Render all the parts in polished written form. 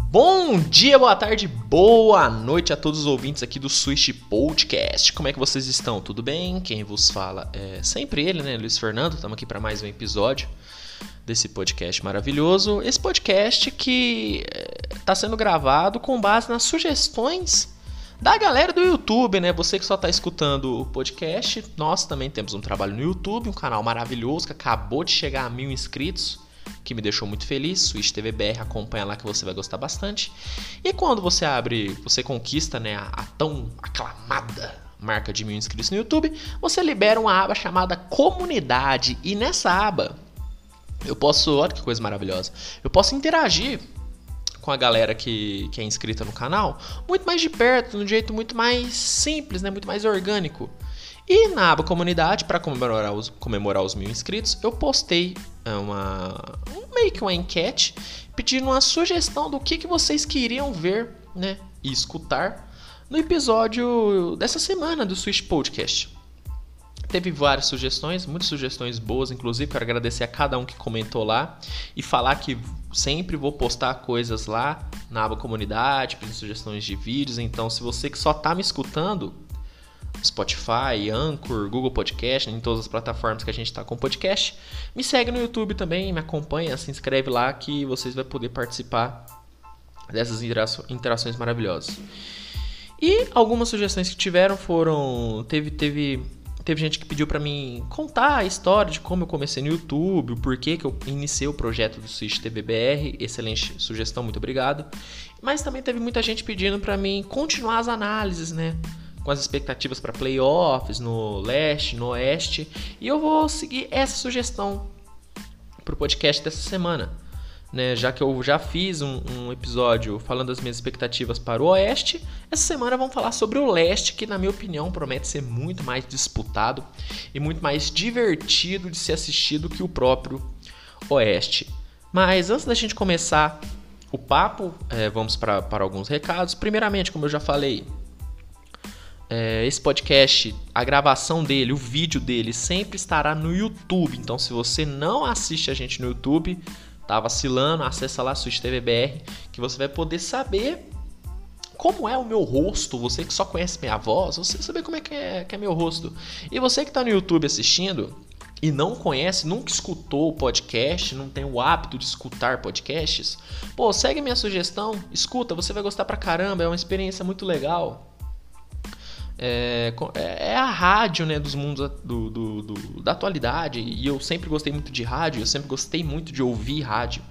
Bom dia, boa tarde, boa noite a todos os ouvintes aqui do Switch Podcast. Como é que vocês estão? Tudo bem? Quem vos fala é sempre ele, né? Luiz Fernando. Estamos aqui para mais um episódio desse podcast maravilhoso. Esse podcast que está sendo gravado com base nas sugestões da galera do YouTube, né? Você que só está escutando o podcast, nós também temos um trabalho no YouTube, um canal maravilhoso que acabou de chegar a 1000 inscritos. Que me deixou muito feliz, Switch TV BR, acompanha lá que você vai gostar bastante. E quando você você conquista, né, a tão aclamada marca de 1000 inscritos no YouTube, você libera uma aba chamada Comunidade. E nessa aba, olha que coisa maravilhosa, eu posso interagir com a galera que é inscrita no canal muito mais de perto, de um jeito muito mais simples, né, muito mais orgânico. E na aba Comunidade, para comemorar os 1000 inscritos, eu postei meio que uma enquete pedindo uma sugestão do que vocês queriam ver, né, e escutar no episódio dessa semana do Switch Podcast. Teve várias sugestões, muitas sugestões boas, inclusive quero agradecer a cada um que comentou lá e falar que sempre vou postar coisas lá na aba Comunidade, pedindo sugestões de vídeos. Então, se você que só está me escutando, Spotify, Anchor, Google Podcast, em todas as plataformas que a gente está com podcast, me segue no YouTube também, me acompanha, se inscreve lá que vocês vão poder participar dessas interações maravilhosas. E algumas sugestões que tiveram foram... Teve gente que pediu para mim contar a história de como eu comecei no YouTube, o porquê que eu iniciei o projeto do Switch TV BR, excelente sugestão, muito obrigado. Mas também teve muita gente pedindo para mim continuar as análises, né? Com as expectativas para playoffs no leste, no oeste. E eu vou seguir essa sugestão para o podcast dessa semana, né? Já que eu já fiz um episódio falando das minhas expectativas para o oeste, essa semana vamos falar sobre o leste, que na minha opinião promete ser muito mais disputado e muito mais divertido de ser assistido que o próprio oeste. Mas antes da gente começar o papo, vamos para alguns recados. Primeiramente, como eu já falei, esse podcast, a gravação dele, o vídeo dele sempre estará no YouTube. Então, se você não assiste a gente no YouTube, tá vacilando, acessa lá Switch TV BR, que você vai poder saber como é o meu rosto. Você que só conhece minha voz, você vai saber como é que é meu rosto. E você que tá no YouTube assistindo e não conhece, nunca escutou o podcast, não tem o hábito de escutar podcasts, pô, segue minha sugestão, escuta, você vai gostar pra caramba, é uma experiência muito legal. É a rádio, né, dos mundos da atualidade, e eu sempre gostei muito de rádio, eu sempre gostei muito de ouvir rádio.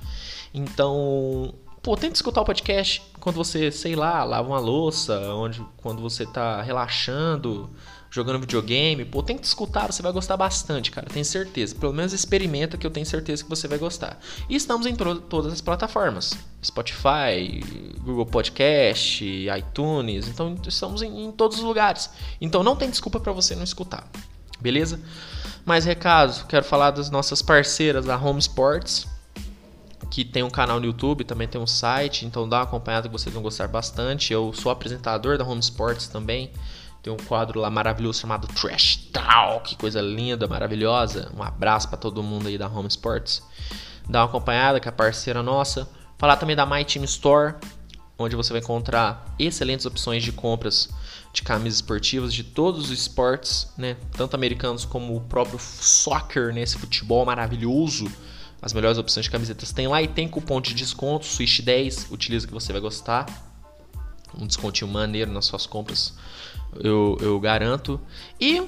Então, pô, tenta escutar o podcast quando você, sei lá, lava uma louça, quando você tá relaxando, jogando videogame. Pô, tenta escutar, você vai gostar bastante, cara, tenho certeza. Pelo menos experimenta, que eu tenho certeza que você vai gostar. E estamos em todas as plataformas: Spotify, Google Podcast, iTunes. Então estamos em todos os lugares. Então não tem desculpa para você não escutar, beleza? Mais recados, quero falar das nossas parceiras da Home Sports, que tem um canal no YouTube, também tem um site. Então dá uma acompanhada que vocês vão gostar bastante. Eu sou apresentador da Home Sports também. Tem um quadro lá maravilhoso chamado Trash Talk, que coisa linda, maravilhosa. Um abraço para todo mundo aí da Home Sports. Dá uma acompanhada, que é a parceira nossa. Falar também da My Team Store, onde você vai encontrar excelentes opções de compras de camisas esportivas de todos os esportes, né? Tanto americanos como o próprio soccer, né? Esse futebol maravilhoso. As melhores opções de camisetas tem lá, e tem cupom de desconto, Switch10, utiliza que você vai gostar. Um descontinho maneiro nas suas compras, eu garanto. E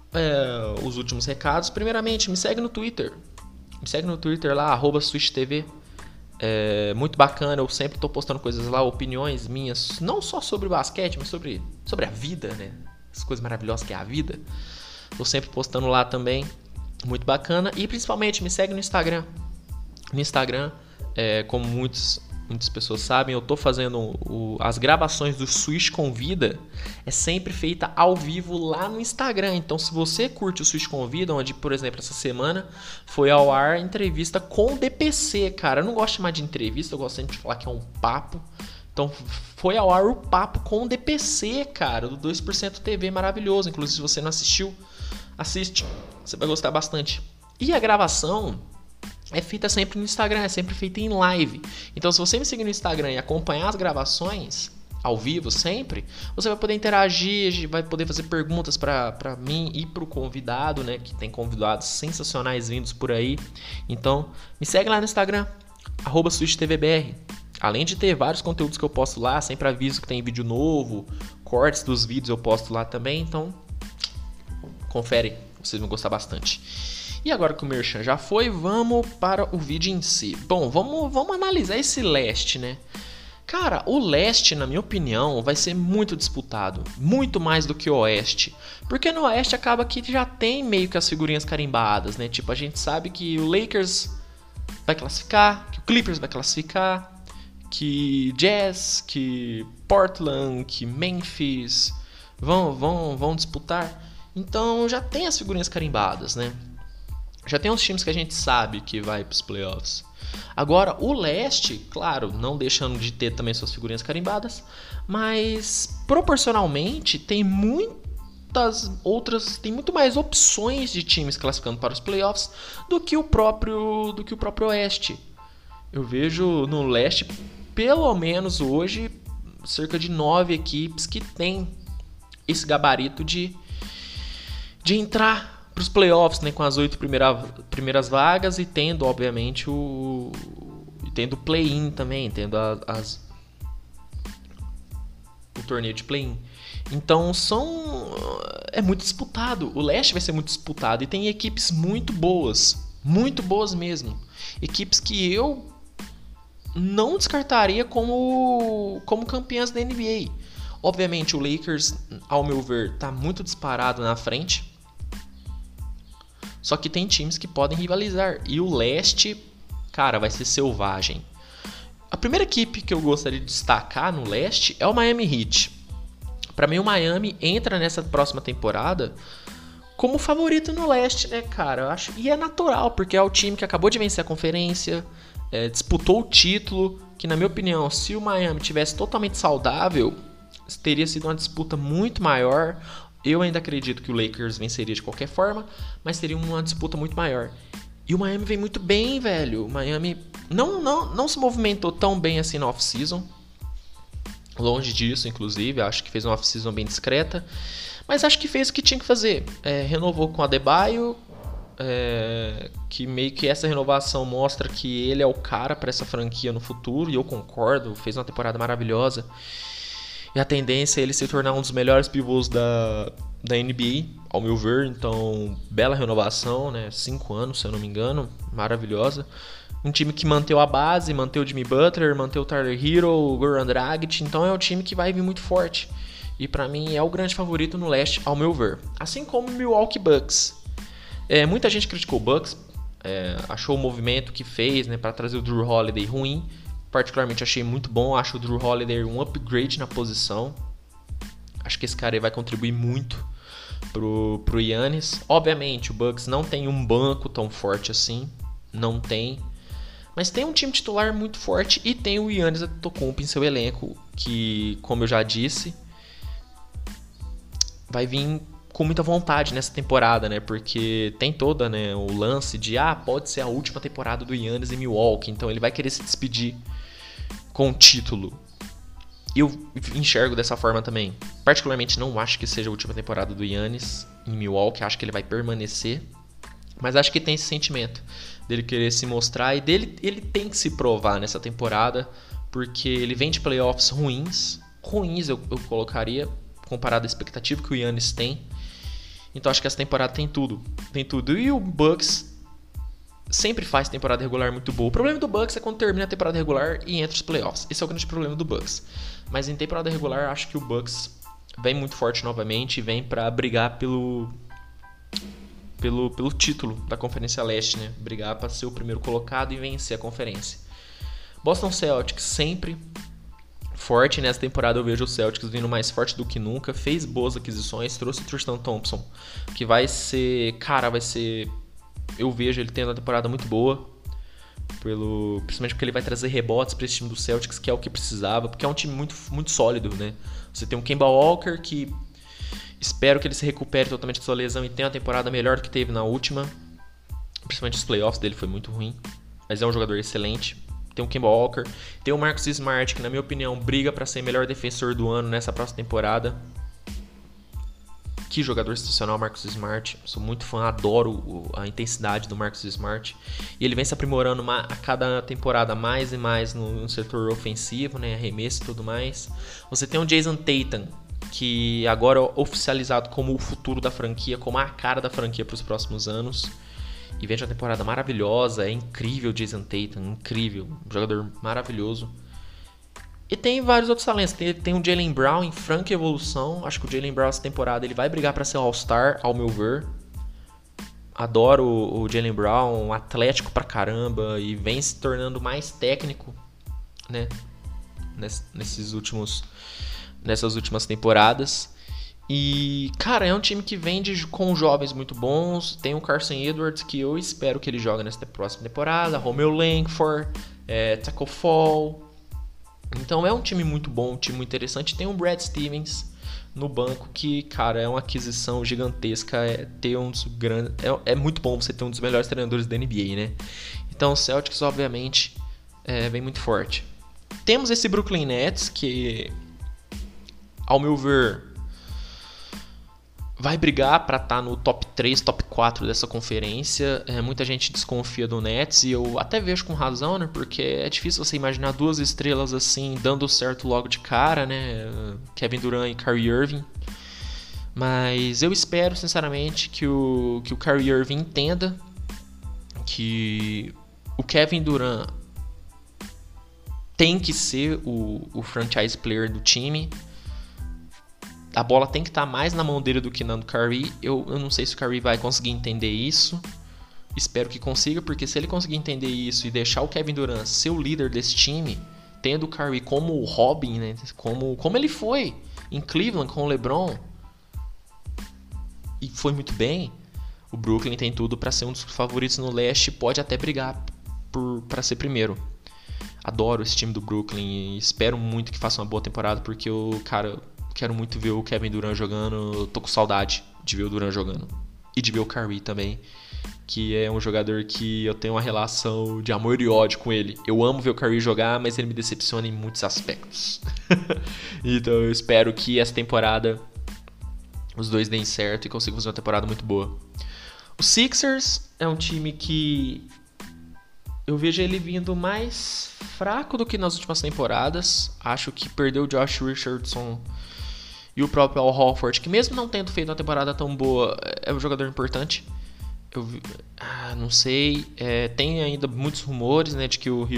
os últimos recados. Primeiramente, me segue no Twitter. Me segue no Twitter lá, @SwitchTV. É muito bacana, eu sempre tô postando coisas lá, opiniões minhas, não só sobre basquete, mas sobre a vida, né? As coisas maravilhosas que é a vida. Tô sempre postando lá também, muito bacana. E principalmente me segue no Instagram. No Instagram, como muitas pessoas sabem, eu tô fazendo as gravações do Switch Convida, é sempre feita ao vivo lá no Instagram. Então, se você curte o Switch Convida, onde, por exemplo, essa semana foi ao ar a entrevista com o DPC, cara. Eu não gosto de chamar de entrevista, eu gosto sempre de falar que é um papo. Então, foi ao ar o papo com o DPC, cara, do 2% TV, maravilhoso. Inclusive, se você não assistiu, assiste, você vai gostar bastante. E a gravação é feita sempre no Instagram, é sempre feita em live. Então, se você me seguir no Instagram e acompanhar as gravações ao vivo sempre, você vai poder interagir, vai poder fazer perguntas para mim e para o convidado, né? Que tem convidados sensacionais vindos por aí. Então, me segue lá no Instagram, @SwitchTVBR. Além de ter vários conteúdos que eu posto lá, sempre aviso que tem vídeo novo, cortes dos vídeos eu posto lá também. Então, confere, vocês vão gostar bastante. E agora que o merchan já foi, vamos para o vídeo em si. Bom, vamos analisar esse leste, né? Cara, o leste, na minha opinião, vai ser muito disputado. Muito mais do que o oeste. Porque no oeste acaba que já tem meio que as figurinhas carimbadas, né? Tipo, a gente sabe que o Lakers vai classificar, que o Clippers vai classificar, que Jazz, que Portland, que Memphis vão disputar. Então já tem as figurinhas carimbadas, né? Já tem os times que a gente sabe que vai para os playoffs. Agora, o leste, claro, não deixando de ter também suas figurinhas carimbadas, mas proporcionalmente tem muitas outras, tem muito mais opções de times classificando para os playoffs do que o próprio oeste. Eu vejo no leste, pelo menos hoje, cerca de 9 equipes que tem esse gabarito de entrar para os playoffs, né, com as 8 primeiras vagas e tendo, obviamente, o play-in também, tendo o torneio de play-in. Então é muito disputado. O leste vai ser muito disputado e tem equipes muito boas mesmo. Equipes que eu não descartaria como campeãs da NBA. Obviamente o Lakers, ao meu ver, está muito disparado na frente. Só que tem times que podem rivalizar. E o leste, cara, vai ser selvagem. A primeira equipe que eu gostaria de destacar no leste é o Miami Heat. Para mim, o Miami entra nessa próxima temporada como favorito no leste, né, cara? Eu acho. E é natural, porque é o time que acabou de vencer a conferência, disputou o título, que na minha opinião, se o Miami tivesse totalmente saudável, teria sido uma disputa muito maior. Eu ainda acredito que o Lakers venceria de qualquer forma, mas teria uma disputa muito maior. E o Miami vem muito bem, velho. O Miami não se movimentou tão bem assim na off-season. Longe disso, inclusive. Acho que fez uma off-season bem discreta. Mas acho que fez o que tinha que fazer. Renovou com o Adebayo. Que meio que essa renovação mostra que ele é o cara para essa franquia no futuro. E eu concordo. Fez uma temporada maravilhosa. E a tendência é ele se tornar um dos melhores pivôs da NBA, ao meu ver. Então, bela renovação, né? 5 anos, se eu não me engano. Maravilhosa. Um time que manteve a base, manteve o Jimmy Butler, manteve o Tyler Hero, o Goran Dragic. Então, é um time que vai vir muito forte. E pra mim é o grande favorito no leste, ao meu ver. Assim como o Milwaukee Bucks. Muita gente criticou o Bucks. Achou o movimento que fez, né, para trazer o Drew Holiday ruim. Particularmente achei muito bom, acho o Drew Holiday um upgrade na posição. Acho que esse cara aí vai contribuir muito pro Giannis. Obviamente o Bucks não tem um banco tão forte assim, não tem. Mas tem um time titular muito forte e tem o Giannis Antetokounmpo em seu elenco, que, como eu já disse, vai vir com muita vontade nessa temporada, né? Porque tem toda, né, o lance de pode ser a última temporada do Giannis em Milwaukee, então ele vai querer se despedir com o título. Eu enxergo dessa forma também. Particularmente não acho que seja a última temporada do Giannis em Milwaukee, acho que ele vai permanecer. Mas acho que tem esse sentimento dele querer se mostrar e ele tem que se provar nessa temporada, porque ele vem de playoffs ruins eu colocaria, comparado à expectativa que o Giannis tem. Então acho que essa temporada tem tudo. E o Bucks sempre faz temporada regular muito boa. O problema do Bucks é quando termina a temporada regular e entra os playoffs. Esse é o grande problema do Bucks. Mas em temporada regular, acho que o Bucks vem muito forte novamente e vem pra brigar pelo título da Conferência Leste, né? Brigar para ser o primeiro colocado e vencer a conferência. Boston Celtics sempre forte nessa temporada. Eu vejo o Celtics vindo mais forte do que nunca. Fez boas aquisições, trouxe o Tristan Thompson, que vai ser... Eu vejo ele tendo uma temporada muito boa, principalmente porque ele vai trazer rebotes para esse time do Celtics, que é o que precisava, porque é um time muito, muito sólido, né? Você tem o Kemba Walker, que espero que ele se recupere totalmente da sua lesão e tenha uma temporada melhor do que teve na última. Principalmente os playoffs dele foi muito ruim. mas é um jogador excelente. Tem o Kemba Walker, tem o Marcus Smart, que na minha opinião briga para ser melhor defensor do ano nessa próxima temporada. Que jogador excepcional, Marcus Smart. Sou muito fã, adoro a intensidade do Marcus Smart. E ele vem se aprimorando a cada temporada mais e mais no setor ofensivo, né? Arremesso e tudo mais. Você tem o Jason Tatum, que agora é oficializado como o futuro da franquia, como a cara da franquia para os próximos anos. E vem de uma temporada maravilhosa, é incrível o Jason Tatum, incrível, um jogador maravilhoso. E tem vários outros talentos, tem o Jaylen Brown em franca evolução, acho que o Jaylen Brown essa temporada ele vai brigar para ser All-Star, ao meu ver. Adoro o Jaylen Brown, atlético pra caramba, e vem se tornando mais técnico, né, nessas últimas temporadas. E, cara, é um time que vem com jovens muito bons. Tem o Carson Edwards, que eu espero que ele jogue nessa próxima temporada. Romeo Langford, Taco Fall. Então é um time muito bom, um time muito interessante. Tem o Brad Stevens no banco, que, cara, é uma aquisição gigantesca. É muito bom você ter um dos melhores treinadores da NBA, né? Então o Celtics, obviamente, vem muito forte. Temos esse Brooklyn Nets, que, ao meu ver, vai brigar para estar no top 3, top 4 dessa conferência. Muita gente desconfia do Nets e eu até vejo com razão, né? Porque é difícil você imaginar duas estrelas assim dando certo logo de cara, né? Kevin Durant e Kyrie Irving. Mas eu espero, sinceramente, que o Kyrie Irving entenda que o Kevin Durant tem que ser o franchise player do time. A bola tem que estar mais na mão dele do que na do Kyrie. Eu não sei se o Kyrie vai conseguir entender isso. Espero que consiga, porque se ele conseguir entender isso e deixar o Kevin Durant ser o líder desse time, tendo o Kyrie como o Robin, né? Como ele foi em Cleveland com o LeBron, e foi muito bem, o Brooklyn tem tudo para ser um dos favoritos no leste, pode até brigar para ser primeiro. Adoro esse time do Brooklyn e espero muito que faça uma boa temporada, porque quero muito ver o Kevin Durant jogando. Tô com saudade de ver o Durant jogando. E de ver o Kyrie também, que é um jogador que eu tenho uma relação de amor e ódio com ele. Eu amo ver o Kyrie jogar, mas ele me decepciona em muitos aspectos. Então eu espero que essa temporada os dois deem certo e consigam fazer uma temporada muito boa. O Sixers é um time que eu vejo ele vindo mais fraco do que nas últimas temporadas. Acho que perdeu o Josh Richardson e o próprio Al Horford, que mesmo não tendo feito uma temporada tão boa, é um jogador importante. Não sei. Tem ainda muitos rumores, né, de que o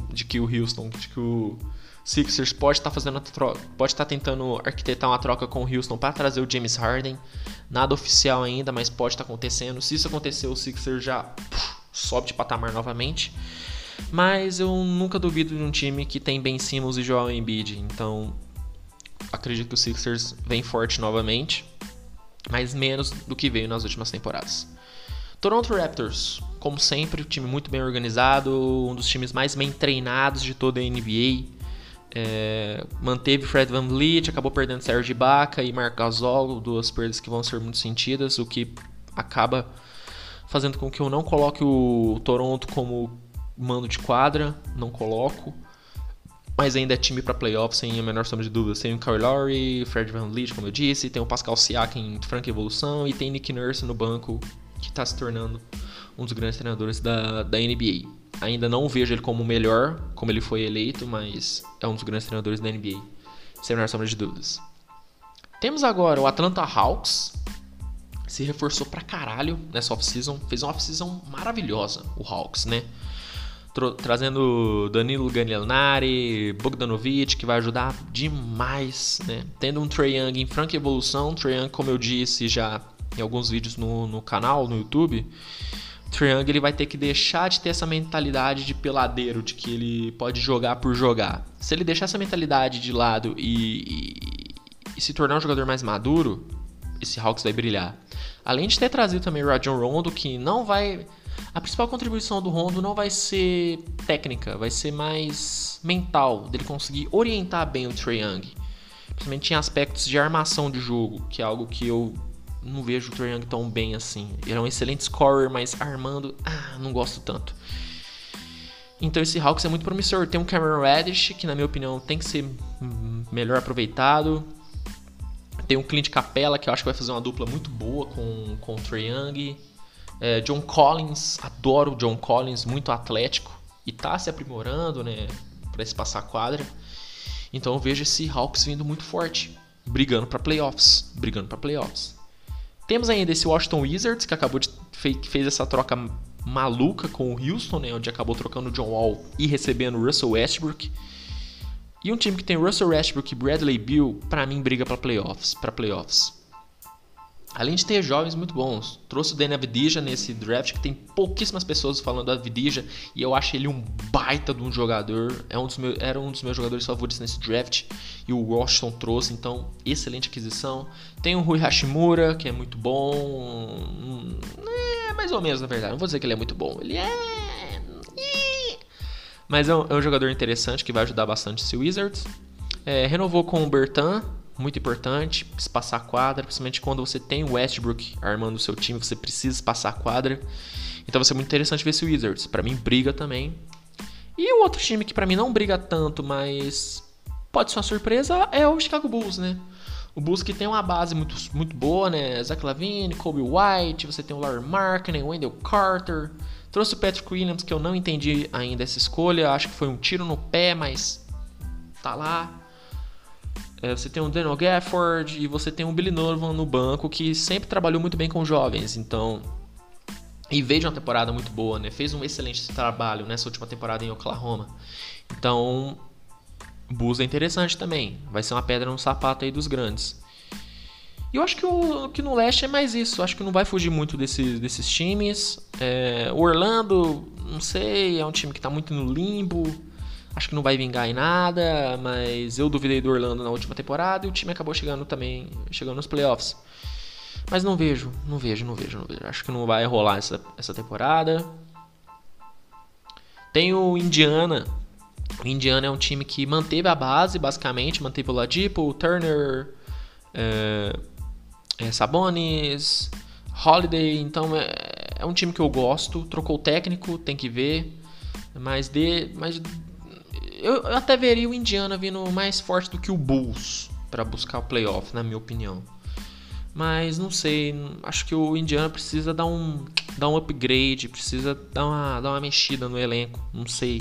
Sixers pode estar tentando arquitetar uma troca com o Houston para trazer o James Harden. Nada oficial ainda, mas pode estar acontecendo. Se isso acontecer, o Sixers já sobe de patamar novamente. Mas eu nunca duvido de um time que tem Ben Simmons e Joel Embiid. Então acredito que o Sixers vem forte novamente, mas menos do que veio nas últimas temporadas. Toronto Raptors, como sempre, um time muito bem organizado, um dos times mais bem treinados de toda a NBA. Manteve Fred VanVleet, acabou perdendo Serge Ibaka e Marc Gasol, duas perdas que vão ser muito sentidas, o que acaba fazendo com que eu não coloque o Toronto como mando de quadra, não coloco. Mas ainda é time para playoffs, sem a menor sombra de dúvidas. Tem o Kyle Lowry, Fred VanVleet, como eu disse, tem o Pascal Siakam em franca evolução e tem Nick Nurse no banco, que está se tornando um dos grandes treinadores da NBA. Ainda não vejo ele como o melhor, como ele foi eleito, mas é um dos grandes treinadores da NBA, sem a menor sombra de dúvidas. Temos agora o Atlanta Hawks, se reforçou pra caralho nessa off-season, fez uma off-season maravilhosa, o Hawks, né? Trazendo Danilo Gallinari, Bogdanovic, que vai ajudar demais, né? Tendo um Trae Young em franca evolução. Trae Young, como eu disse já em alguns vídeos no canal, no YouTube, Trae Young ele vai ter que deixar de ter essa mentalidade de peladeiro, de que ele pode jogar por jogar. Se ele deixar essa mentalidade de lado e se tornar um jogador mais maduro, esse Hawks vai brilhar. Além de ter trazido também o Rajon Rondo, que não vai... A principal contribuição do Rondo não vai ser técnica, vai ser mais mental, dele conseguir orientar bem o Trae Young. Principalmente em aspectos de armação de jogo, que é algo que eu não vejo o Trae Young tão bem assim. Ele é um excelente scorer, mas armando, não gosto tanto. Então esse Hawks é muito promissor. Tem um Cameron Reddish, que na minha opinião tem que ser melhor aproveitado. Tem um Clint Capela, que eu acho que vai fazer uma dupla muito boa com o Trae Young. John Collins, adoro o John Collins, muito atlético. E tá se aprimorando, né, para esse passar quadra. Então eu vejo esse Hawks vindo muito forte, brigando para playoffs. Temos ainda esse Washington Wizards, que fez essa troca maluca com o Houston, né, onde acabou trocando o John Wall e recebendo o Russell Westbrook. E um time que tem Russell Westbrook e Bradley Beal, pra mim, briga para playoffs. Além de ter jovens muito bons. Trouxe o Deni Avdija nesse draft, que tem pouquíssimas pessoas falando do Avdija, e eu acho ele um baita de um jogador. Era um dos meus jogadores favoritos nesse draft, e o Washington trouxe, então, excelente aquisição. Tem o Rui Hashimura, que é muito bom. Mais ou menos, na verdade. Não vou dizer que ele é muito bom. Ele é... Mas é um jogador interessante, que vai ajudar bastante esse Wizards. Renovou com o Bertan, muito importante, espaçar a quadra, principalmente quando você tem o Westbrook armando o seu time, você precisa espaçar a quadra. Então vai ser muito interessante ver esse Wizards. Pra mim briga também. E o outro time que pra mim não briga tanto, mas pode ser uma surpresa, é o Chicago Bulls, né? O Bulls que tem uma base muito, muito boa, né? Zach LaVine, Kobe White, você tem o Lauri Markkanen, Wendell Carter. Trouxe o Patrick Williams, que eu não entendi ainda essa escolha, acho que foi um tiro no pé, mas tá lá. Você tem o Daniel Gafford e você tem o Billy Donovan no banco, que sempre trabalhou muito bem com jovens, então... E veio de uma temporada muito boa, né? Fez um excelente trabalho nessa última temporada em Oklahoma. Então, o Bulls é interessante também. Vai ser uma pedra no sapato aí dos grandes. E eu acho que no leste é mais isso. Acho que não vai fugir muito desses times. O Orlando, não sei, é um time que tá muito no limbo. Acho que não vai vingar em nada, mas eu duvidei do Orlando na última temporada e o time acabou chegando nos playoffs. Mas não vejo. Acho que não vai rolar essa temporada. Tem o Indiana. O Indiana é um time que manteve a base, basicamente. Manteve o Ladipo, o Turner, Sabonis, Holiday. Então é um time que eu gosto. Trocou o técnico, tem que ver. Mas eu até veria o Indiana vindo mais forte do que o Bulls para buscar o playoff, na minha opinião. Mas não sei, acho que o Indiana precisa dar um upgrade, precisa dar uma mexida no elenco, não sei.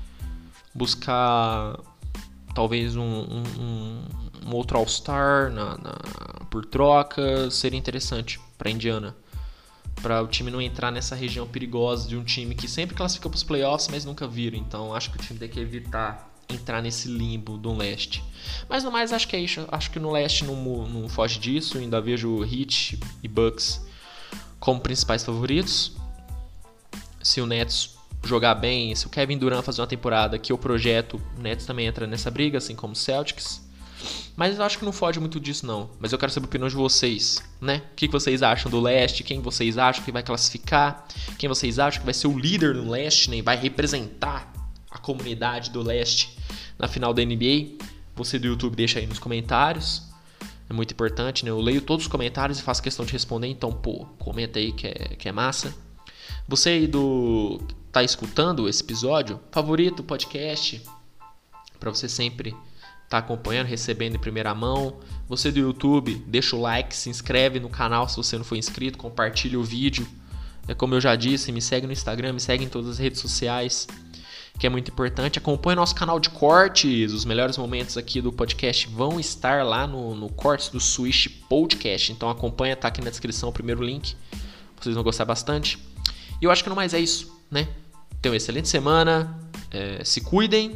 Buscar talvez um outro All-Star por troca seria interessante para Indiana. Para o time não entrar nessa região perigosa de um time que sempre classifica para os playoffs, mas nunca vira. Então acho que o time tem que evitar entrar nesse limbo do leste. Mas no mais acho que é isso. Acho que no leste não foge disso. Ainda vejo Heat e Bucks como principais favoritos. Se o Nets jogar bem, se o Kevin Durant fazer uma temporada que eu projeto, o Nets também entra nessa briga, assim como o Celtics. Mas eu acho que não foge muito disso não. Mas eu quero saber a opinião de vocês, né? O que vocês acham do leste? Quem vocês acham que vai classificar? Quem vocês acham que vai ser o líder no leste, né? Vai representar a comunidade do leste na final da NBA? Você do YouTube deixa aí nos comentários. É muito importante, né? Eu leio todos os comentários e faço questão de responder. Então, comenta aí que é massa. Você aí tá escutando esse episódio? Favorito o podcast? Pra você sempre tá acompanhando, recebendo em primeira mão. Você do YouTube, deixa o like, se inscreve no canal se você não for inscrito, compartilha o vídeo. Como eu já disse, me segue no Instagram, me segue em todas as redes sociais, que é muito importante. Acompanhe nosso canal de cortes, os melhores momentos aqui do podcast vão estar lá no Cortes do Swish Podcast. Então acompanha, tá aqui na descrição o primeiro link, vocês vão gostar bastante. E eu acho que no mais é isso, né? Tenham uma excelente semana, se cuidem.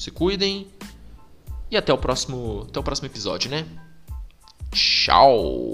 E até o próximo episódio, né? Tchau!